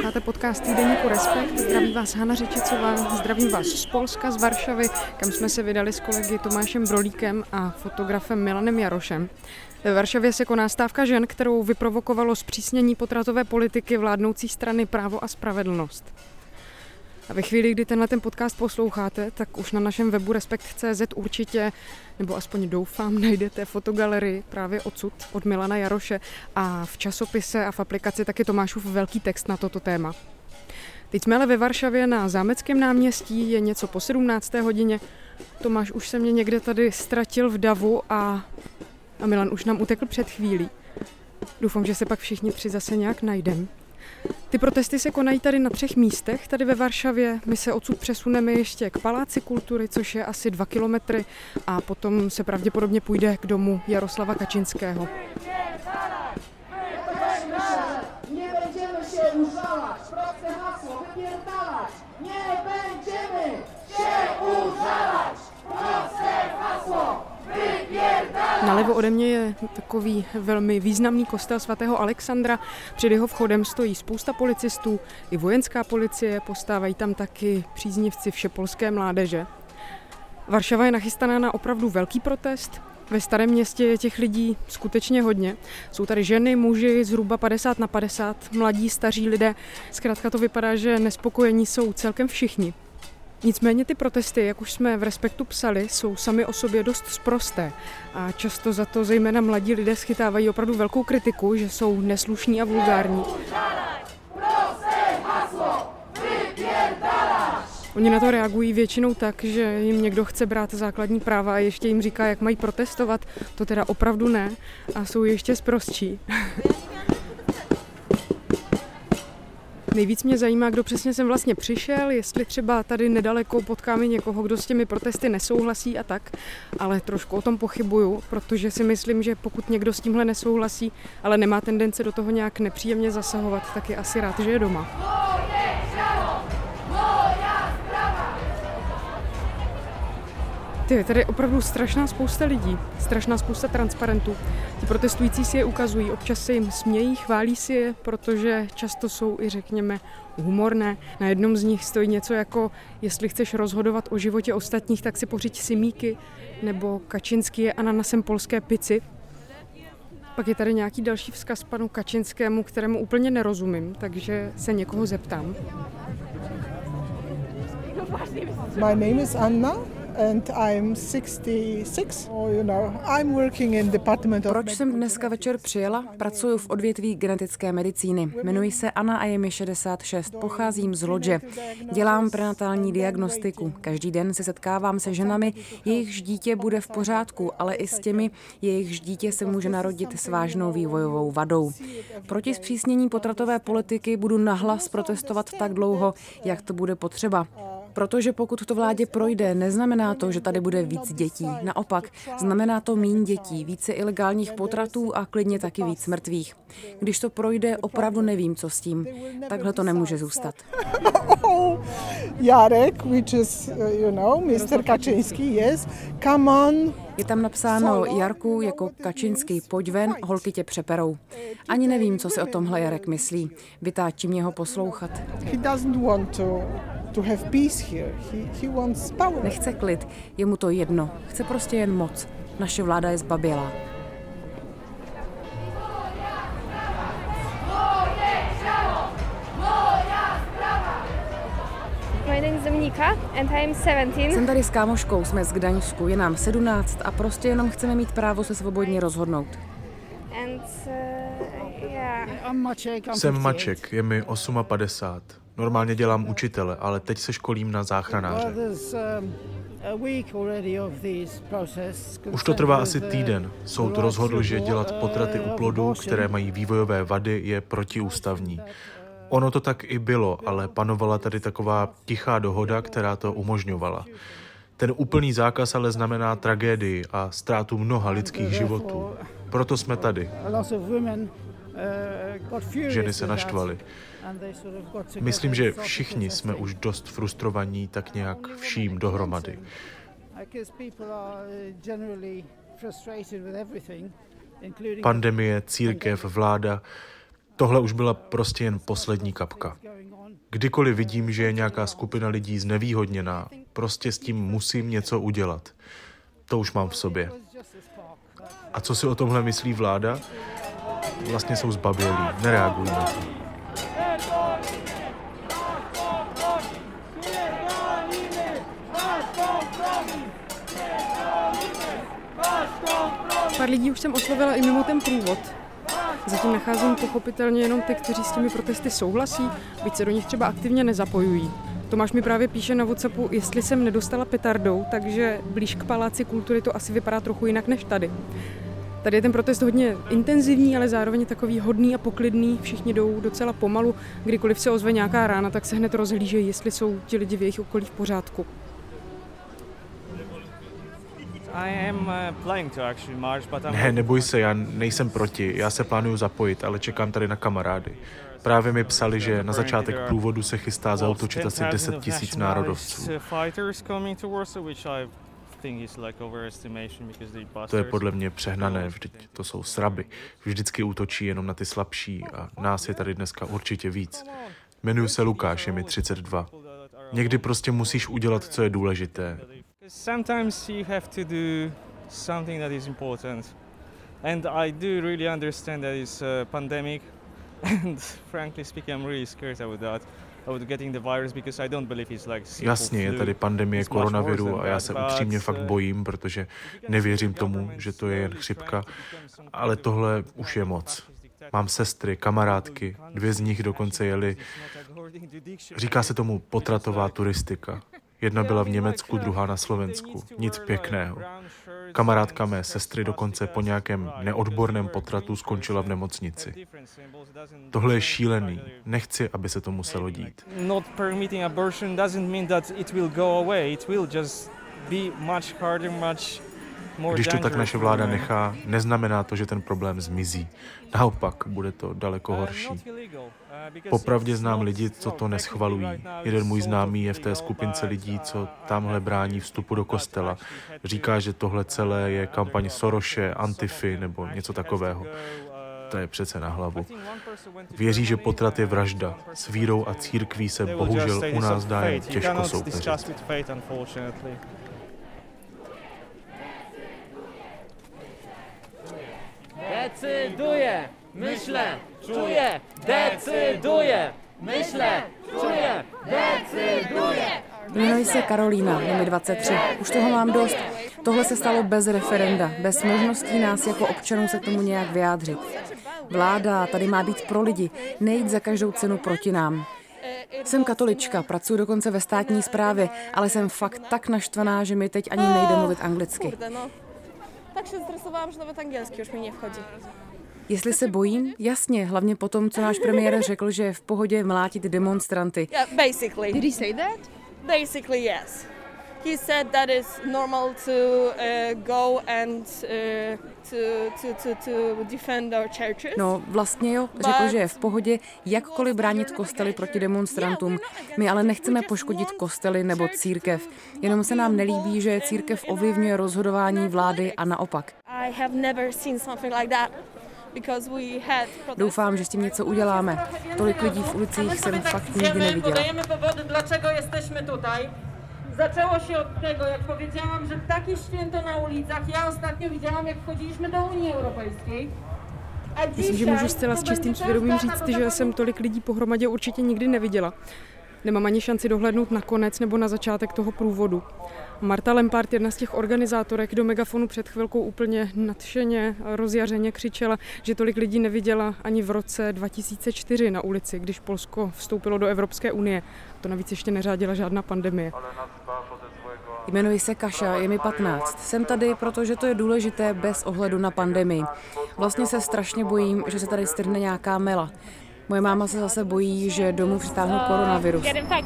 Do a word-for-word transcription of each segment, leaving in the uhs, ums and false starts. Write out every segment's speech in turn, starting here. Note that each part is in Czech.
Posloucháte podcast týdeníku Respekt. Zdraví vás Hana Řečicová, zdravím vás z Polska, z Varšavy, kam jsme se vydali s kolegy Tomášem Brolíkem a fotografem Milanem Jarošem. Ve Varšavě se koná stávka žen, kterou vyprovokovalo zpřísnění potratové politiky vládnoucí strany Právo a spravedlnost. A ve chvíli, kdy tenhle ten podcast posloucháte, tak už na našem webu respekt tečka cé zet určitě, nebo aspoň doufám, najdete fotogalerii právě odsud od Milana Jaroše a v časopise a v aplikaci taky Tomášův velký text na toto téma. Teď jsme ale ve Varšavě na Zámeckém náměstí, je něco po sedmnácté hodině. Tomáš už se mě někde tady ztratil v davu a, a Milan už nám utekl před chvílí. Doufám, že se pak všichni tři zase nějak najdeme. Ty protesty se konají tady na třech místech, tady ve Varšavě. My se odsud přesuneme ještě k Paláci kultury, což je asi dva kilometry a potom se pravděpodobně půjde k domu Jaroslava Kačinského. Nalevo ode mě je takový velmi významný kostel svatého Alexandra. Před jeho vchodem stojí spousta policistů, i vojenská policie, postávají tam taky příznivci všepolské mládeže. Varšava je nachystaná na opravdu velký protest. Ve Starém Městě je těch lidí skutečně hodně. Jsou tady ženy, muži, zhruba padesát na padesát, mladí, staří lidé. Zkrátka to vypadá, že nespokojení jsou celkem všichni. Nicméně ty protesty, jak už jsme v Respektu psali, jsou sami o sobě dost sprosté a často za to zejména mladí lidé schytávají opravdu velkou kritiku, že jsou neslušní a vulgární. Oni na to reagují většinou tak, že jim někdo chce brát základní práva a ještě jim říká, jak mají protestovat. To teda opravdu ne a jsou ještě sprostší. Nejvíc mě zajímá, kdo přesně sem vlastně přišel, jestli třeba tady nedaleko potkáme někoho, kdo s těmi protesty nesouhlasí a tak, ale trošku o tom pochybuju, protože si myslím, že pokud někdo s tímhle nesouhlasí, ale nemá tendence do toho nějak nepříjemně zasahovat, tak je asi rád, že je doma. Ty, je tady opravdu strašná spousta lidí, strašná spousta transparentů. Ti protestující si je ukazují, občas se jim smějí, chválí si je, protože často jsou i, řekněme, humorné. Na jednom z nich stojí něco jako, jestli chceš rozhodovat o životě ostatních, tak si pořiď simíky, nebo Kačinský je ananasem polské pici. Pak je tady nějaký další vzkaz panu Kačinskému, kterému úplně nerozumím, takže se někoho zeptám. My name is Anna. And I'm sixty-six. Oh, you know, I'm working in department of... Proč jsem dneska večer přijela? Pracuji v odvětví genetické medicíny. Jmenuji se Anna a je mi šedesát šest. Pocházím z Lodže. Dělám prenatální diagnostiku. Každý den se setkávám se ženami, jejichž dítě bude v pořádku, ale i s těmi, jejichž dítě se může narodit s vážnou vývojovou vadou. Proti zpřísnění potratové politiky budu nahlas protestovat tak dlouho, jak to bude potřeba. Protože pokud to vládě projde, neznamená to, že tady bude víc dětí. Naopak, znamená to míň dětí, více ilegálních potratů a klidně taky víc mrtvých. Když to projde, opravdu nevím, co s tím. Takhle to nemůže zůstat. Jarek, which is, you know, mister Kaczynski, yes, come on. Je tam napsáno Jarku jako Kačinský, pojď ven, holky tě přeperou. Ani nevím, co si o tomhle Jarek myslí. Vytáčí mě ho poslouchat. He doesn't want to, to have peace here. He, he wants power. Nechce klid, je mu to jedno. Chce prostě jen moc. Naše vláda je zbabělá. My name is Dominika and I am seventeen. Jsem tady s kámoškou, jsme z Gdaňsku, je nám sedmnáct a prostě jenom chceme mít právo se svobodně rozhodnout. And, uh, yeah. Jsem Maček, je mi padesát osm. Normálně dělám učitele, ale teď se školím na záchranáře. Už to trvá asi týden. Soud rozhodl, že dělat potraty u plodů, které mají vývojové vady, je protiústavní. Ono to tak i bylo, ale panovala tady taková tichá dohoda, která to umožňovala. Ten úplný zákaz ale znamená tragédii a ztrátu mnoha lidských životů. Proto jsme tady. Ženy se naštvaly. Myslím, že všichni jsme už dost frustrovaní tak nějak vším dohromady. Pandemie, církev, vláda. Tohle už byla prostě jen poslední kapka. Kdykoliv vidím, že je nějaká skupina lidí znevýhodněná, prostě s tím musím něco udělat. To už mám v sobě. A co si o tomhle myslí vláda? Vlastně jsou zbabělí, nereagují na to. Pár lidí už jsem oslovila i mimo ten průvod. Zatím nacházím pochopitelně jenom ty, kteří s těmi protesty souhlasí, byť se do nich třeba aktivně nezapojují. Tomáš mi právě píše na WhatsAppu, jestli jsem nedostala petardou, takže blíž k Paláci kultury to asi vypadá trochu jinak než tady. Tady je ten protest hodně intenzivní, ale zároveň takový hodný a poklidný. Všichni jdou docela pomalu. Kdykoliv se ozve nějaká rána, tak se hned rozhlížejí, jestli jsou ti lidi v jejich okolí v pořádku. Ne, neboj se, já nejsem proti, já se plánuju zapojit, ale čekám tady na kamarády. Právě mi psali, že na začátek průvodu se chystá zaútočit asi deset tisíc národovců. To je podle mě přehnané, vždyť to jsou sraby. Vždycky útočí jenom na ty slabší a nás je tady dneska určitě víc. Jmenuji se Lukáš, je mi třicet dva. Někdy prostě musíš udělat, co je důležité. Sometimes you have to do something that is important. And I do really understand that it's a pandemic. And frankly speaking, I'm really scared about that. About getting the virus because I don't believe it's like simple flu. Jasně, je tady pandemie koronaviru a já se upřímně fakt bojím, protože nevěřím tomu, že to je jen chřipka, ale tohle už je moc. Mám sestry, kamarádky, dvě z nich dokonce jeli. Říká se tomu potratová turistika. Jedna byla v Německu, druhá na Slovensku. Nic pěkného. Kamarádka mé sestry dokonce po nějakém neodborném potratu skončila v nemocnici. Tohle je šílený. Nechci, aby se to muselo dít. Not permitting abortion doesn't mean that it will go away. It will just be much harder, much more. Když to tak naše vláda nechá, neznamená to, že ten problém zmizí. Naopak, bude to daleko horší. Popravdě znám lidi, co to neschvalují. Jeden můj známý je v té skupince lidí, co tamhle brání vstupu do kostela. Říká, že tohle celé je kampaň Soroše, Antify nebo něco takového. To je přece na hlavu. Věří, že potrat je vražda. S vírou a církví se bohužel u nás dá jen těžko soupeřit. Decyduje, myślę, czuję, decyduje, myślę, czuję, decyduje. Jmenuji se Karolína, je mi dvacet tři. Už toho mám dost. Tohle se stalo bez referenda, bez možností nás jako občanů se k tomu nějak vyjádřit. Vláda tady má být pro lidi, nejít za každou cenu proti nám. Jsem katolička, pracuji dokonce ve státní správě, ale jsem fakt tak naštvaná, že mi teď ani nejde mluvit anglicky. Tak se stresovala, že nawet angielski už mi nevchodí. Jestli se bojím? Jasně, hlavně po tom, co náš premiér řekl, že je v pohodě mlátit demonstranty. Yeah, basically. Did he say that? Basically, yes. He said that it's normal to uh, go and uh, to, to, to, to defend our churches. No, vlastně jo, řekl, že je v pohodě jakkoliv bránit kostely proti demonstrantům. My ale nechceme poškodit kostely nebo církev. Jenom se nám nelíbí, že církev ovlivňuje rozhodování vlády a naopak. I have never seen something like that. Doufám, že s tím něco uděláme. Tolik lidí v ulicích jsem fakt nikdy neviděla. Podajemy powody, dlaczego jesteśmy tutaj. Zaczęło się od tego, jak powiedziałam, że takie święto na ulicach. Ja ostatnio widziałam, jak wchodziliśmy do Unii Europejskiej. Myslím, že můžu zcela s čistým svědomím říct, že jsem tolik lidí pohromadě určitě nikdy neviděla. Nemám ani šanci dohlédnout na konec nebo na začátek toho průvodu. Marta Lempart, jedna z těch organizátorek, do megafonu před chvilkou úplně nadšeně, rozjařeně křičela, že tolik lidí neviděla ani v roce dva tisíce čtyři na ulici, když Polsko vstoupilo do Evropské unie. To navíc ještě neřádila žádná pandemie. Jmenuji se Kaša, je mi patnáct. Jsem tady, protože to je důležité bez ohledu na pandemii. Vlastně se strašně bojím, že se tady strhne nějaká mela. Moje máma se zase bojí, že domů přitáhnou koronavirus.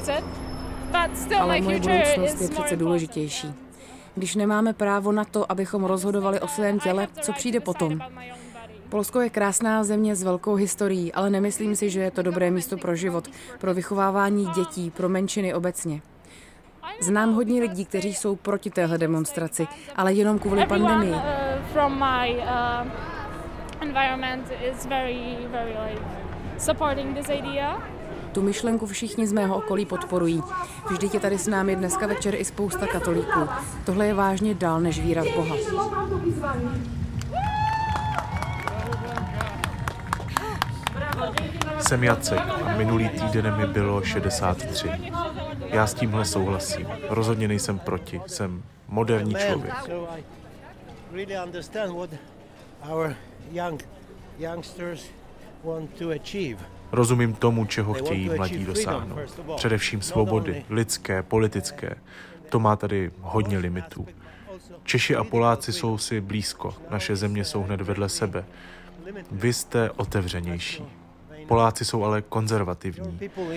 Ale moje budoucnost je přece důležitější. Když nemáme právo na to, abychom rozhodovali o svém těle, co přijde potom? Polsko je krásná země s velkou historií, ale nemyslím si, že je to dobré místo pro život, pro vychovávání dětí, pro menšiny obecně. Znám hodně lidí, kteří jsou proti téhle demonstraci, ale jenom kvůli pandemii. supporting this idea. Tu myšlenku všichni z mého okolí podporují. Vždyť je tady s námi dneska večer i spousta katolíků. Tohle je vážně dál než víra v Boha. Jsem Jacek a minulý týden mi bylo šedesát tři. Já s tímhle souhlasím. Rozhodně nejsem proti. Jsem moderní člověk. Rozumím tomu, čeho chtějí mladí dosáhnout. Především svobody, lidské, politické. To má tady hodně limitů. Češi a Poláci jsou si blízko. Naše země jsou hned vedle sebe. Vy jste otevřenější. Poláci jsou ale konzervativní.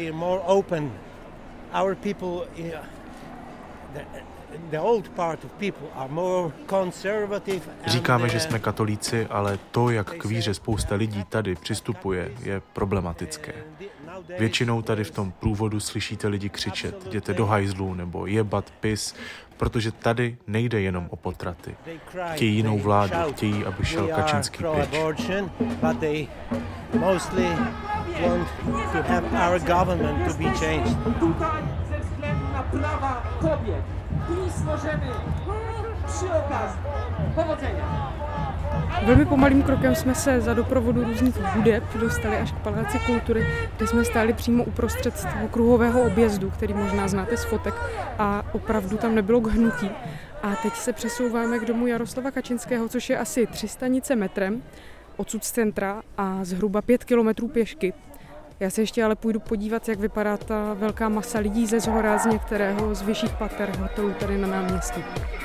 Říkáme, že jsme katolíci, ale to, jak k víře spousta lidí tady přistupuje, je problematické. Většinou tady v tom průvodu slyšíte lidi křičet, jděte do hajzlu nebo jebat pis, protože tady nejde jenom o potraty. Chtějí jinou vládu, chtějí, aby šel Kačinský pryč. Velmi pomalým krokem jsme se za doprovodu různých hudeb dostali až k Paláci kultury, kde jsme stáli přímo uprostřed toho kruhového objezdu, který možná znáte z fotek, a opravdu tam nebylo k hnutí. A teď se přesouváme k domu Jaroslava Kačinského, což je asi tři stanice metrem odsud z centra a zhruba pět kilometrů pěšky. Já se ještě ale půjdu podívat, jak vypadá ta velká masa lidí ze zhora z některého z vyšších pater hotelů tady na náměstí.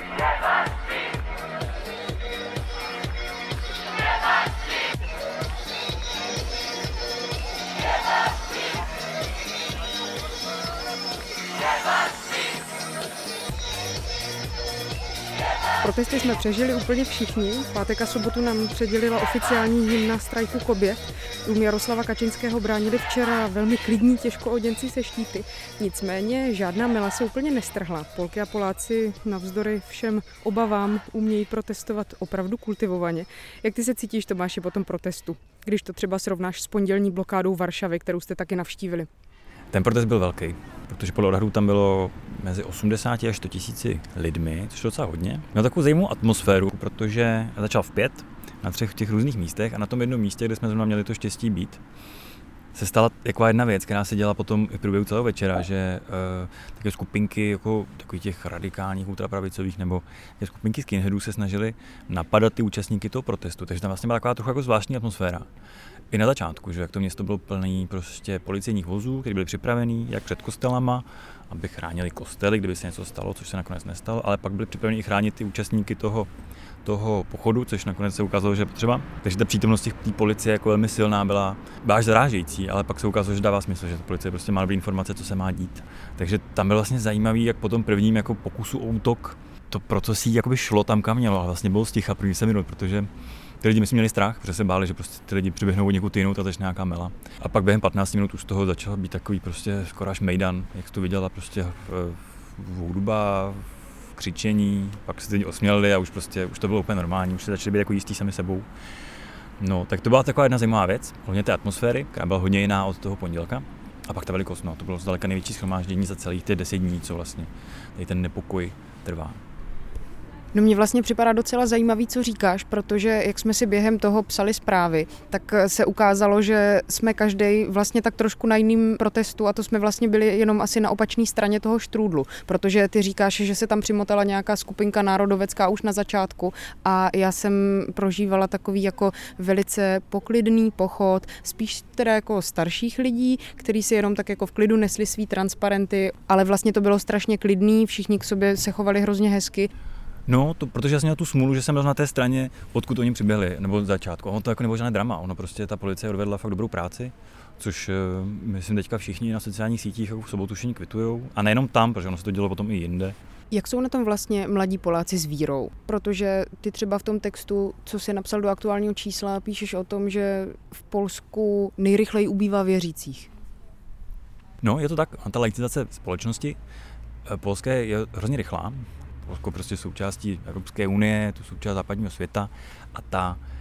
Protesty jsme přežili úplně všichni. V pátek a sobotu nám předělila oficiální hymna strajku Kobět. Dům Jaroslava Kačinského bránili včera velmi klidní těžkooděnci se štíty. Nicméně žádná mela se úplně nestrhla. Polky a Poláci navzdory všem obavám umějí protestovat opravdu kultivovaně. Jak ty se cítíš, Tomáši, po tom protestu, když to třeba srovnáš s pondělní blokádou Varšavy, kterou jste taky navštívili? Ten protest byl velký, protože podle odhadů tam bylo mezi osmdesáti až sto tisíci lidmi, což je docela hodně. Měl takovou zajímavou atmosféru, protože začal v pět na třech těch různých místech a na tom jednom místě, kde jsme zrovna měli to štěstí být, se stala taková jedna věc, která se dělala potom i v průběhu celého večera, že uh, také skupinky jako takových těch radikálních ultrapravicových nebo těch skupinky skinheadů se snažili napadat ty účastníky toho protestu, takže tam vlastně byla taková trochu jako zvláštní atmosféra. I na začátku, že jak to město bylo plné prostě policejních vozů, které byly připravený jak před kostelama, aby chránili kostely, kdyby se něco stalo, což se nakonec nestalo, ale pak byli připraveni i chránit ty účastníky toho, toho pochodu, což nakonec se ukázalo, že je potřeba. Takže ta přítomnost těch té policie jako velmi silná byla, byla až zarážející, ale pak se ukázalo, že dává smysl, že ta policie prostě má dobré informace, co se má dít. Takže tam bylo vlastně zajímavý, jak po tom prvním jako pokusu o útok to procesí jakoby šlo tam, kam mělo, a vlastně bylo sticha první se minut, protože ty lidi myslím měli strach, protože se báli, že prostě ty lidi přiběhnou od někud jinou a začne nějaká mela. A pak během patnácti minut už z toho začal být takový prostě skoro až mejdan, jak jsi to viděla, prostě hudba, křičení, pak se lidi osmělili a už prostě už to bylo úplně normální, už se začali být jako jistí sami sebou. No, tak to byla taková jedna zajímavá věc, hlavně té atmosféry, která byla hodně jiná od toho pondělka. A pak ta velikost, no, to bylo zdaleka největší shromáždění za celých těch deset dní, co vlastně tady ten nepokoj trvá. No mně vlastně připadá docela zajímavý, co říkáš, protože jak jsme si během toho psali zprávy, tak se ukázalo, že jsme každý vlastně tak trošku na jiným protestu a to jsme vlastně byli jenom asi na opačné straně toho štrůdlu, protože ty říkáš, že se tam přimotala nějaká skupinka národovecká už na začátku a já jsem prožívala takový jako velice poklidný pochod, spíš teda jako starších lidí, kteří si jenom tak jako v klidu nesli svý transparenty, ale vlastně to bylo strašně klidný, všichni k sobě se chovali hrozně hezky. No, to, protože já jsem měl tu smůlu, že jsem byl na té straně, odkud oni přiběhli, nebo z začátku. Ono to jako nebylo žádné drama, ono prostě ta policie odvedla fakt dobrou práci, což myslím teďka všichni na sociálních sítích jako v sobotu všichni kvitujou. A nejenom tam, protože ono se to dělo potom i jinde. Jak jsou na tom vlastně mladí Poláci s vírou? Protože ty třeba v tom textu, co jsi napsal do aktuálního čísla, píšeš o tom, že v Polsku nejrychleji ubývá věřících. No, je to tak. Ta laicizace společnosti polské je hrozně rychlá. Polsko prostě součástí Evropské unie, to součást západního světa a ta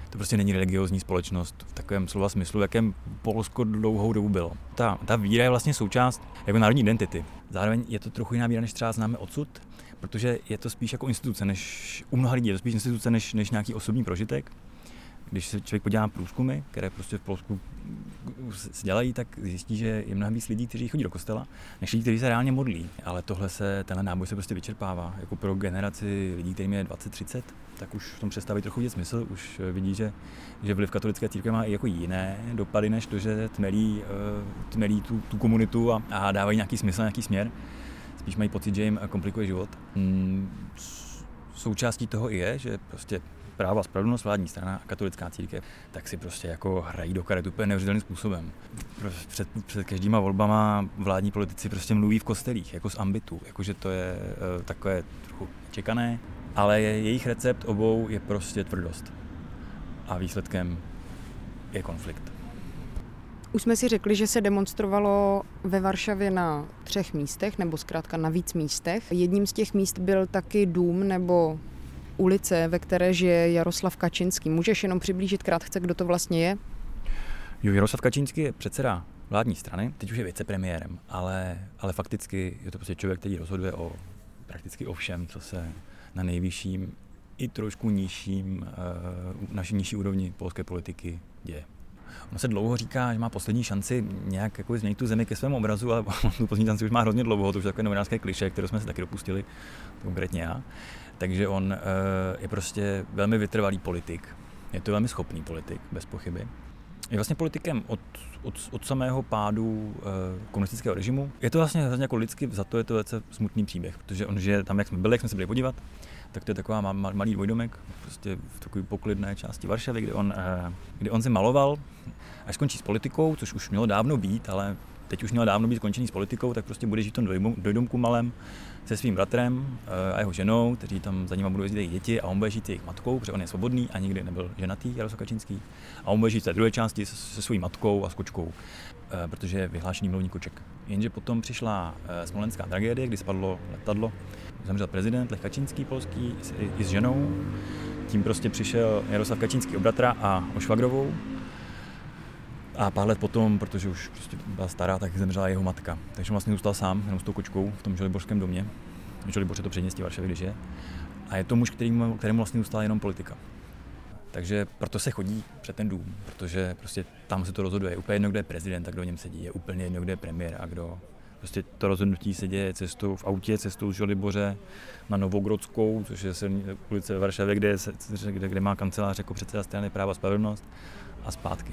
To prostě není religiózní společnost v takovém slova smyslu, v jakém Polsko dlouhou dobu bylo. Ta, ta víra je vlastně součást jako národní identity. Zároveň je to trochu jiná víra, než třeba známe odsud, protože je to spíš jako instituce, než u mnoha lidí je to spíš instituce, než, než nějaký osobní prožitek. Když se člověk podívá na průzkumy, které prostě v Polsku se dělají, tak zjistí, že je mnohem víc lidí, kteří chodí do kostela, než lidí, kteří se reálně modlí. Ale tohle se, tenhle náboj se prostě vyčerpává. Jako pro generaci lidí, kterým je dvacet třicet, tak už v tom přestávají trochu vidět smysl. Už vidí, že, že vliv katolické církve má i jako jiné dopady, než to, že tmelí, tmelí tu, tu komunitu a, a dávají nějaký smysl, nějaký směr. Spíš mají pocit, že jim komplikuje život. Součástí toho i je, že prostě Právo a spravedlnost, vládní strana a katolická církev, tak si prostě jako hrají do karet úplně neuvěřitelným způsobem. Před, před každýma volbama vládní politici prostě mluví v kostelích, jako z ambitu, jakože to je e, takové trochu čekané, ale je, jejich recept obou je prostě tvrdost. A výsledkem je konflikt. Už jsme si řekli, že se demonstrovalo ve Varšavě na třech místech, nebo zkrátka na víc místech. Jedním z těch míst byl taky dům nebo ulice, ve které žije Jaroslav Kačinský. Můžeš jenom přiblížit krátce, kdo to vlastně je? Jo, Jaroslav Kačinský je předseda vládní strany, teď už je vicepremiérem, ale, ale fakticky je to prostě člověk, který rozhoduje o prakticky o všem, co se na nejvyšším i trošku nižším, uh, naší nižší úrovni polské politiky děje. Ono se dlouho říká, že má poslední šanci nějak jako změnit tu zemi ke svému obrazu, ale tu poslední šanci už má hrozně dlouho, to už je takové novinářské klišé, které jsme se taky dopustili, konkrétně já. Takže on uh, je prostě velmi vytrvalý politik, je to velmi schopný politik, bez pochyby. Je vlastně politikem od, od, od samého pádu uh, komunistického režimu. Je to vlastně hrozně jako lidsky, za to je to velice smutný příběh, protože on žije tam, jak jsme byli, jak jsme se byli podívat, tak to je taková ma, ma, malý dvojdomek, prostě v takové poklidné části Varšavy, kde on, uh, kde on se maloval, až skončí s politikou, což už mělo dávno být, ale teď už mělo dávno být skončený s politikou, tak prostě bude žít v tom dvojdomku malém se svým bratrem a jeho ženou, kteří tam za nima budou jezdit jejich děti a on bude žít s jejich matkou, protože on je svobodný a nikdy nebyl ženatý, Jaroslav Kačinský. A on bude žít v té druhé části se, se svojí matkou a s kočkou, protože je vyhlášený milovník koček. Jenže potom přišla smolenská tragédie, kdy spadlo letadlo, zemřel prezident Lech Kačinský polský i s ženou. Tím prostě přišel Jaroslav Kačinský o bratra a o švagrovou. A pár let potom, protože už prostě byla stará, tak zemřela jeho matka. Takže on vlastně zůstal sám, jenom s tou kočkou v tom žoliborském domě. Žolibor je to předměstí Varšavy, když je. A je to muž, kterému, kterému vlastně zůstala jenom politika. Takže proto se chodí před ten dům, protože prostě tam se to rozhoduje. Je úplně jedno, kdo je prezident a kdo v něm sedí. Je úplně jedno, kdo je premiér a kdo. Prostě to rozhodnutí se děje cestou v autě, cestou z Žoliboře na Novogrodskou, což je ulice ve Varšavě, kde, kde, kde má kancelář jako předseda strany Právo a spravedlnost, a zpátky.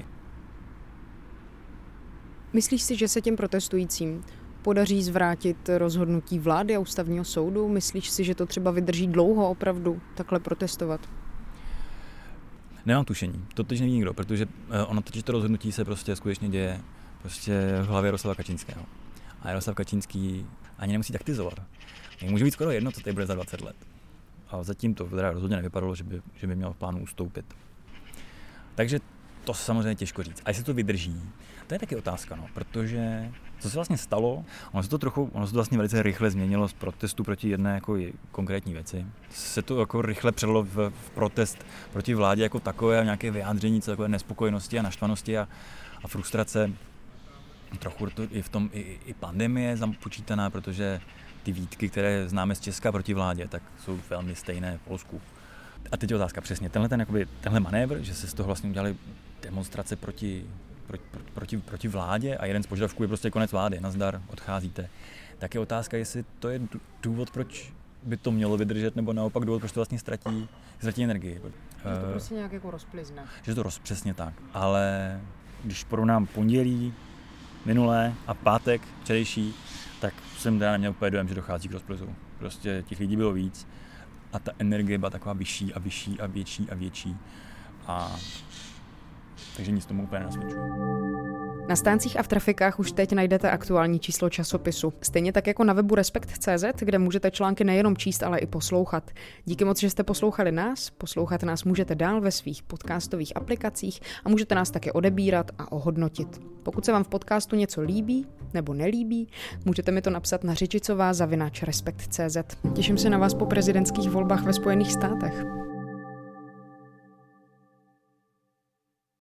Myslíš si, že se těm protestujícím podaří zvrátit rozhodnutí vlády a ústavního soudu? Myslíš si, že to třeba vydrží dlouho opravdu takhle protestovat? Nemám tušení, to teď neví nikdo, protože ono totiž to rozhodnutí se prostě skutečně děje prostě v hlavě Jaroslava Kačinského. A Jaroslav Kačinský ani nemusí taktizovat. Může být skoro jedno, co tady bude za dvacet let. A zatím to teda rozhodně nevypadalo, že by, že by měl v plánu ustoupit. Takže to se samozřejmě těžko říct. A jestli to vydrží, to je taky otázka, no, protože co se vlastně stalo, ono se to trochu, ono se to vlastně velice rychle změnilo z protestu proti jedné jako konkrétní věci. Se to jako rychle předalo v, v protest proti vládě jako takové a nějaké vyjádření takové nespokojenosti a naštvanosti a, a frustrace. Trochu to i v tom i, i pandemie započítaná, protože ty výtky, které známe z Česka proti vládě, tak jsou velmi stejné v Polsku. A teď je otázka přesně, tenhle, ten, jakoby, tenhle manévr, že se z toho vlastně udělali demonstrace proti, proti, proti, proti vládě a jeden z požadavků je prostě konec vlády, nazdar, odcházíte. Tak je otázka, jestli to je důvod, proč by to mělo vydržet, nebo naopak důvod, proč to vlastně ztratí, ztratí energii. Že to prostě nějak jako rozplizne. Že to roz, přesně tak, ale když porovnám pondělí, minulé a pátek, včerejší, tak jsem teda neměl úplně dojem, že dochází k rozplizu. Prostě těch lidí bylo víc a ta energie byla taková vyšší a vyšší a větší a větší. A takže nic tomu úplně nasvědčuje. Na stáncích a v trafikách už teď najdete aktuální číslo časopisu. Stejně tak jako na webu Respekt tečka cé zet, kde můžete články nejenom číst, ale i poslouchat. Díky moc, že jste poslouchali nás. Poslouchat nás můžete dál ve svých podcastových aplikacích a můžete nás také odebírat a ohodnotit. Pokud se vám v podcastu něco líbí nebo nelíbí, můžete mi to napsat na řičicová zavináč respekt tečka cé zet. Těším se na vás po prezidentských volbách ve Spojených státech.